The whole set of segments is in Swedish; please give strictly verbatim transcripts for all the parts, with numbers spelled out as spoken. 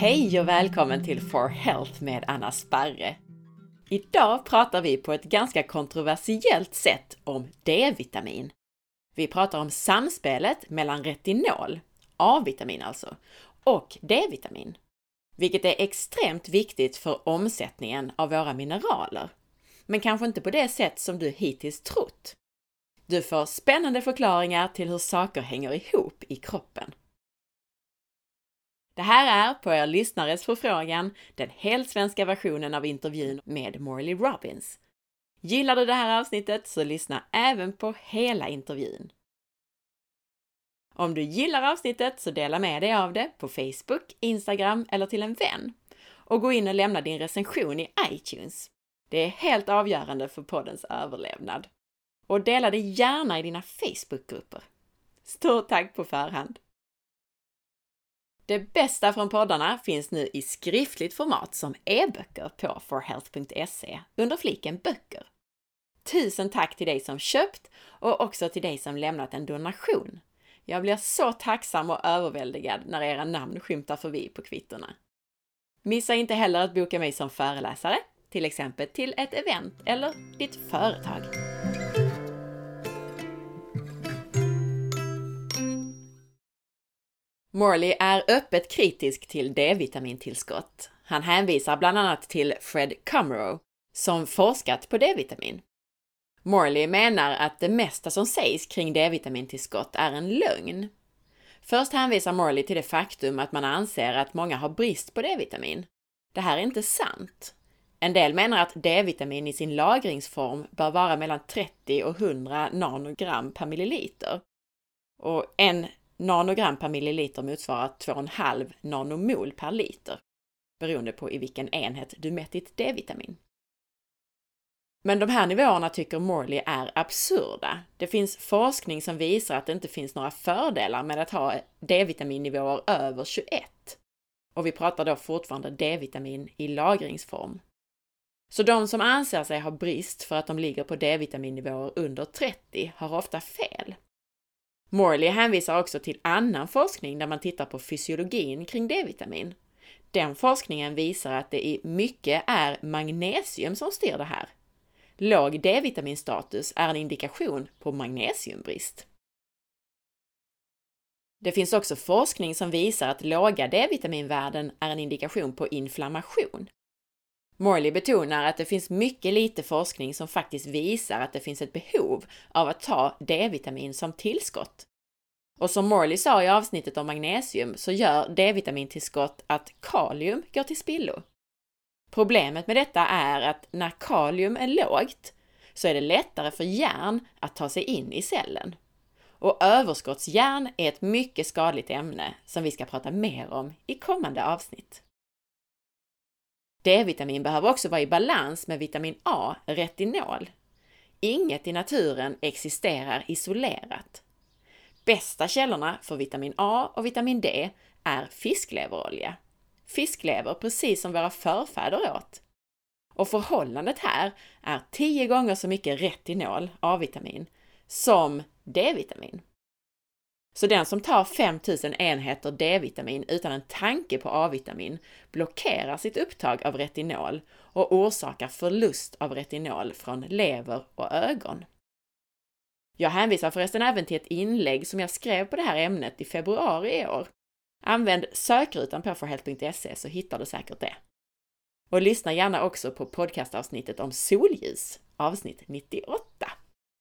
Hej och välkommen till For Health med Anna Sparre. Idag pratar vi på ett ganska kontroversiellt sätt om D-vitamin. Vi pratar om samspelet mellan retinol, A-vitamin alltså, och D-vitamin. Vilket är extremt viktigt för omsättningen av våra mineraler. Men kanske inte på det sätt som du hittills trott. Du får spännande förklaringar till hur saker hänger ihop i kroppen. Det här är på er lyssnares förfrågan den helt svenska versionen av intervjun med Morley Robbins. Gillar du det här avsnittet så lyssna även på hela intervjun. Om du gillar avsnittet så dela med dig av det på Facebook, Instagram eller till en vän. Och gå in och lämna din recension i iTunes. Det är helt avgörande för poddens överlevnad. Och dela det gärna i dina Facebookgrupper. Stort tack på förhand! Det bästa från poddarna finns nu i skriftligt format som e-böcker på for health punkt se under fliken böcker. Tusen tack till dig som köpt och också till dig som lämnat en donation. Jag blir så tacksam och överväldigad när era namn skymtar förbi på kvittorna. Missa inte heller att boka mig som föreläsare, till exempel till ett event eller ditt företag. Morley är öppet kritisk till D-vitamintillskott. Han hänvisar bland annat till Fred Kummerow, som forskat på D-vitamin. Morley menar att det mesta som sägs kring D-vitamintillskott är en lögn. Först hänvisar Morley till det faktum att man anser att många har brist på D-vitamin. Det här är inte sant. En del menar att D-vitamin i sin lagringsform bör vara mellan trettio och hundra nanogram per milliliter. Och en nanogram per milliliter motsvarar två komma fem nanomol per liter, beroende på i vilken enhet du mätt ditt D-vitamin. Men de här nivåerna tycker Morley är absurda. Det finns forskning som visar att det inte finns några fördelar med att ha D-vitaminnivåer över tjugoett. Och vi pratar då fortfarande D-vitamin i lagringsform. Så de som anser sig ha brist för att de ligger på D-vitaminnivåer under trettio har ofta fel. Morley hänvisar också till annan forskning där man tittar på fysiologin kring D-vitamin. Den forskningen visar att det i mycket är magnesium som styr det här. Låg D-vitaminstatus är en indikation på magnesiumbrist. Det finns också forskning som visar att låga D-vitaminvärden är en indikation på inflammation. Morley betonar att det finns mycket lite forskning som faktiskt visar att det finns ett behov av att ta D-vitamin som tillskott. Och som Morley sa i avsnittet om magnesium så gör D-vitamintillskott att kalium går till spillo. Problemet med detta är att när kalium är lågt så är det lättare för järn att ta sig in i cellen. Och överskottsjärn är ett mycket skadligt ämne som vi ska prata mer om i kommande avsnitt. D-vitamin behöver också vara i balans med vitamin A, retinol. Inget i naturen existerar isolerat. Bästa källorna för vitamin A och vitamin D är fiskleverolja. Fisklever precis som våra förfäder åt. Och förhållandet här är tio gånger så mycket retinol, A-vitamin, som D-vitamin. Så den som tar fem tusen enheter D-vitamin utan en tanke på A-vitamin blockerar sitt upptag av retinol och orsakar förlust av retinol från lever och ögon. Jag hänvisar förresten även till ett inlägg som jag skrev på det här ämnet i februari i år. Använd sökrutan på for health punkt se så hittar du säkert det. Och lyssna gärna också på podcastavsnittet om solljus, avsnitt nittioåtta.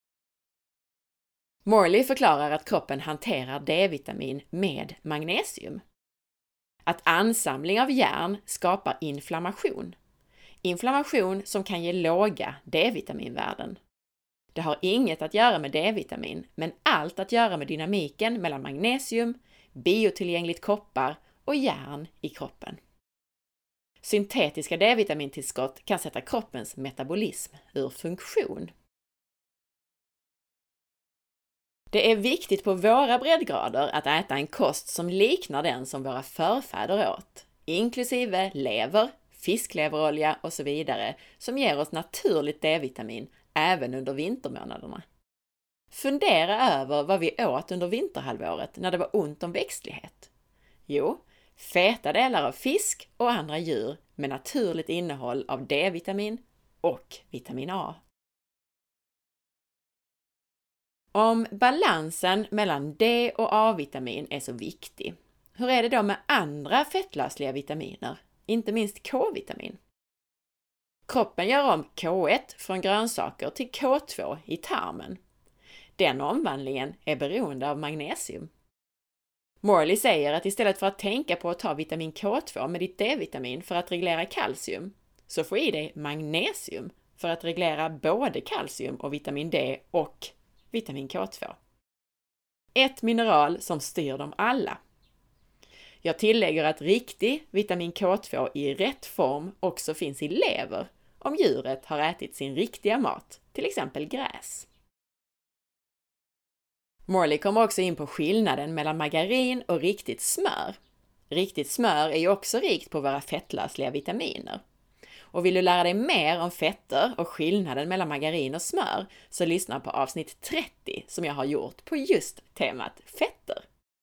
Morley förklarar att kroppen hanterar D-vitamin med magnesium. Att ansamling av järn skapar inflammation. Inflammation som kan ge låga D-vitaminvärden. Det har inget att göra med D-vitamin, men allt att göra med dynamiken mellan magnesium, biotillgängligt koppar och järn i kroppen. Syntetiska D-vitamintillskott kan sätta kroppens metabolism ur funktion. Det är viktigt på våra breddgrader att äta en kost som liknar den som våra förfäder åt, inklusive lever, fiskleverolja och så vidare, som ger oss naturligt D-vitamin även under vintermånaderna. Fundera över vad vi åt under vinterhalvåret när det var ont om växtlighet. Jo, feta delar av fisk och andra djur med naturligt innehåll av D-vitamin och vitamin A. Om balansen mellan D och A-vitamin är så viktig, hur är det då med andra fettlösliga vitaminer, inte minst K-vitamin? Kroppen gör om K ett från grönsaker till K två i tarmen. Den omvandlingen är beroende av magnesium. Morley säger att istället för att tänka på att ta vitamin K två med ditt D-vitamin för att reglera kalcium, så få i dig magnesium för att reglera både kalcium och vitamin D och vitamin K två. Ett mineral som styr dem alla. Jag tillägger att riktig vitamin K två i rätt form också finns i lever om djuret har ätit sin riktiga mat, till exempel gräs. Morley kommer också in på skillnaden mellan margarin och riktigt smör. Riktigt smör är ju också rikt på våra fettlösliga vitaminer. Och vill du lära dig mer om fetter och skillnaden mellan margarin och smör, så lyssna på avsnitt trettio som jag har gjort på just temat fetter.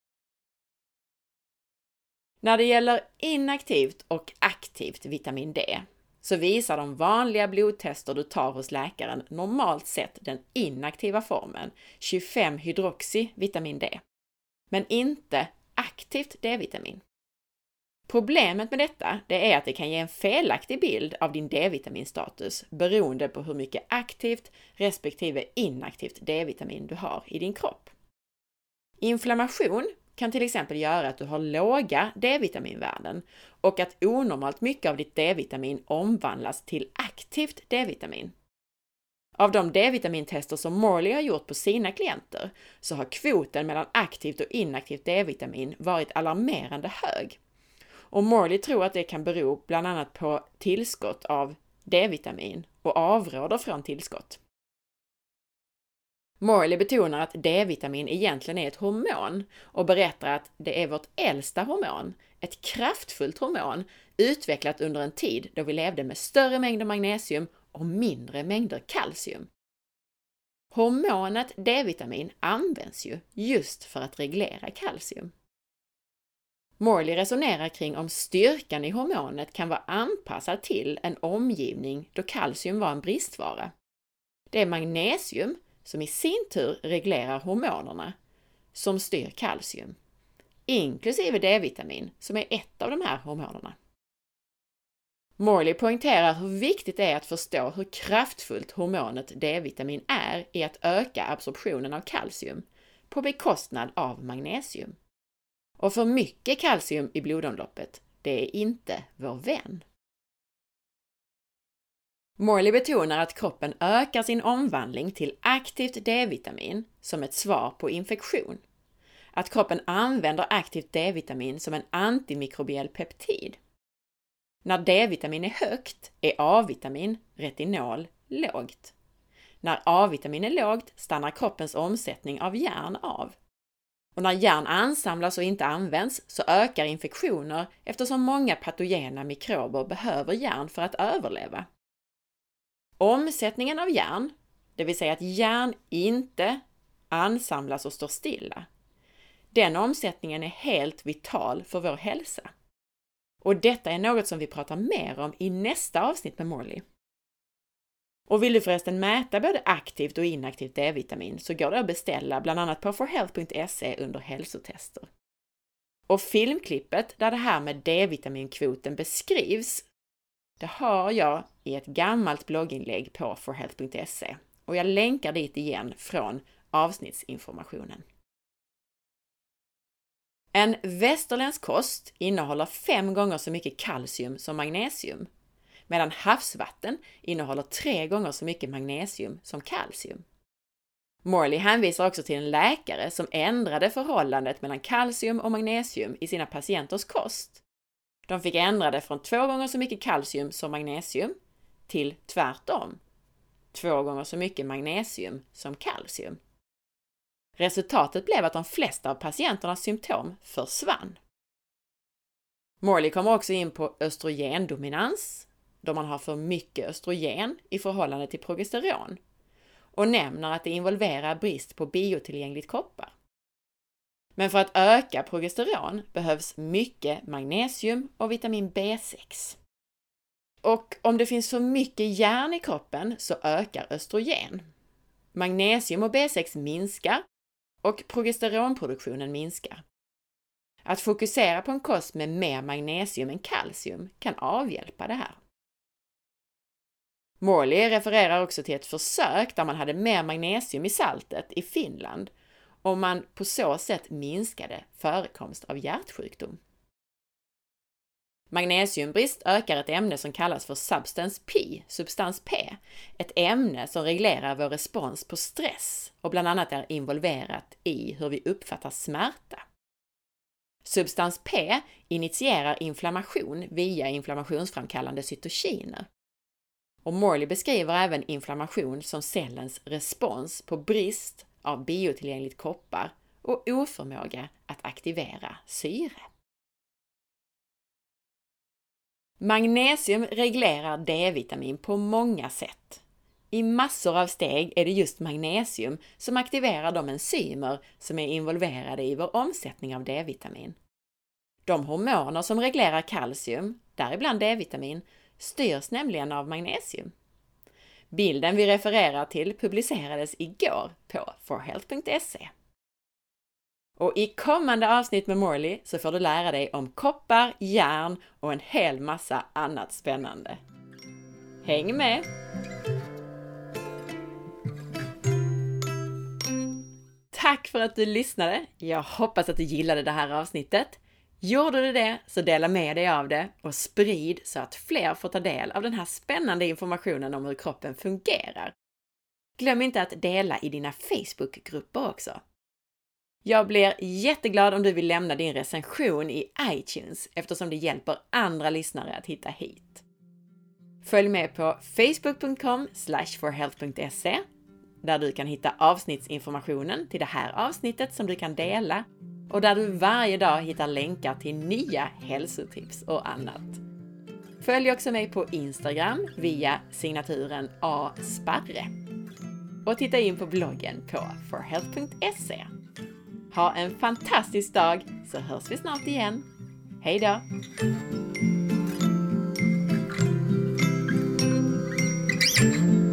När det gäller inaktivt och aktivt vitamin D så visar de vanliga blodtester du tar hos läkaren normalt sett den inaktiva formen tjugofem hydroxy vitamin D, men inte aktivt D-vitamin. Problemet med detta det är att det kan ge en felaktig bild av din D-vitaminstatus beroende på hur mycket aktivt respektive inaktivt D-vitamin du har i din kropp. Inflammation kan till exempel göra att du har låga D-vitaminvärden och att onormalt mycket av ditt D-vitamin omvandlas till aktivt D-vitamin. Av de D-vitamintester som Morley har gjort på sina klienter så har kvoten mellan aktivt och inaktivt D-vitamin varit alarmerande hög. Och Morley tror att det kan bero bland annat på tillskott av D-vitamin och avråder från tillskott. Morley betonar att D-vitamin egentligen är ett hormon och berättar att det är vårt äldsta hormon, ett kraftfullt hormon utvecklat under en tid då vi levde med större mängder magnesium och mindre mängder kalcium. Hormonet D-vitamin används ju just för att reglera kalcium. Morley resonerar kring om styrkan i hormonet kan vara anpassad till en omgivning då kalcium var en bristvara. Det är magnesium som i sin tur reglerar hormonerna som styr kalcium, inklusive D-vitamin som är ett av de här hormonerna. Morley poängterar hur viktigt det är att förstå hur kraftfullt hormonet D-vitamin är i att öka absorptionen av kalcium på bekostnad av magnesium. Och för mycket kalcium i blodomloppet, det är inte vår vän. Morley betonar att kroppen ökar sin omvandling till aktivt D-vitamin som ett svar på infektion. Att kroppen använder aktivt D-vitamin som en antimikrobiell peptid. När D-vitamin är högt är A-vitamin, retinol, lågt. När A-vitamin är lågt stannar kroppens omsättning av järn av. Och när järn ansamlas och inte används så ökar infektioner eftersom många patogena mikrober behöver järn för att överleva. Omsättningen av järn, det vill säga att järn inte ansamlas och står stilla, den omsättningen är helt vital för vår hälsa. Och detta är något som vi pratar mer om i nästa avsnitt med Morley. Och vill du förresten mäta både aktivt och inaktivt D-vitamin så går det att beställa bland annat på for health punkt se under hälsotester. Och filmklippet där det här med D-vitaminkvoten beskrivs, det har jag i ett gammalt blogginlägg på for health punkt se och jag länkar dit igen från avsnittsinformationen. En västerländsk kost innehåller fem gånger så mycket kalcium som magnesium, medan havsvatten innehåller tre gånger så mycket magnesium som kalcium. Morley hänvisar också till en läkare som ändrade förhållandet mellan kalcium och magnesium i sina patienters kost. De fick ändra det från två gånger så mycket kalcium som magnesium till tvärtom, två gånger så mycket magnesium som kalcium. Resultatet blev att de flesta av patienternas symptom försvann. Morley kommer också in på östrogendominans, då man har för mycket östrogen i förhållande till progesteron, och nämner att det involverar brist på biotillgängligt koppar. Men för att öka progesteron behövs mycket magnesium och vitamin B sex. Och om det finns för mycket järn i kroppen så ökar östrogen. Magnesium och B sex minskar och progesteronproduktionen minskar. Att fokusera på en kost med mer magnesium än kalcium kan avhjälpa det här. Morley refererar också till ett försök där man hade mer magnesium i saltet i Finland och man på så sätt minskade förekomst av hjärtsjukdom. Magnesiumbrist ökar ett ämne som kallas för substance P, substans P, ett ämne som reglerar vår respons på stress och bland annat är involverat i hur vi uppfattar smärta. Substans P initierar inflammation via inflammationsframkallande cytokiner. Och Morley beskriver även inflammation som cellens respons på brist av biotillgängligt koppar och oförmåga att aktivera syre. Magnesium reglerar D-vitamin på många sätt. I massor av steg är det just magnesium som aktiverar de enzymer som är involverade i vår omsättning av D-vitamin. De hormoner som reglerar kalcium, däribland D-vitamin, styrs nämligen av magnesium. Bilden vi refererar till publicerades igår på for health punkt se. Och i kommande avsnitt med Morley så får du lära dig om koppar, järn och en hel massa annat spännande. Häng med! Tack för att du lyssnade! Jag hoppas att du gillade det här avsnittet. Gjorde du det så dela med dig av det och sprid så att fler får ta del av den här spännande informationen om hur kroppen fungerar. Glöm inte att dela i dina Facebook-grupper också. Jag blir jätteglad om du vill lämna din recension i iTunes eftersom det hjälper andra lyssnare att hitta hit. Följ med på facebook punkt com slash for health punkt se där du kan hitta avsnittsinformationen till det här avsnittet som du kan dela och där du varje dag hittar länkar till nya hälsotips och annat. Följ också mig på Instagram via signaturen asparre och titta in på bloggen på for health punkt se. Ha en fantastisk dag så hörs vi snart igen. Hej då!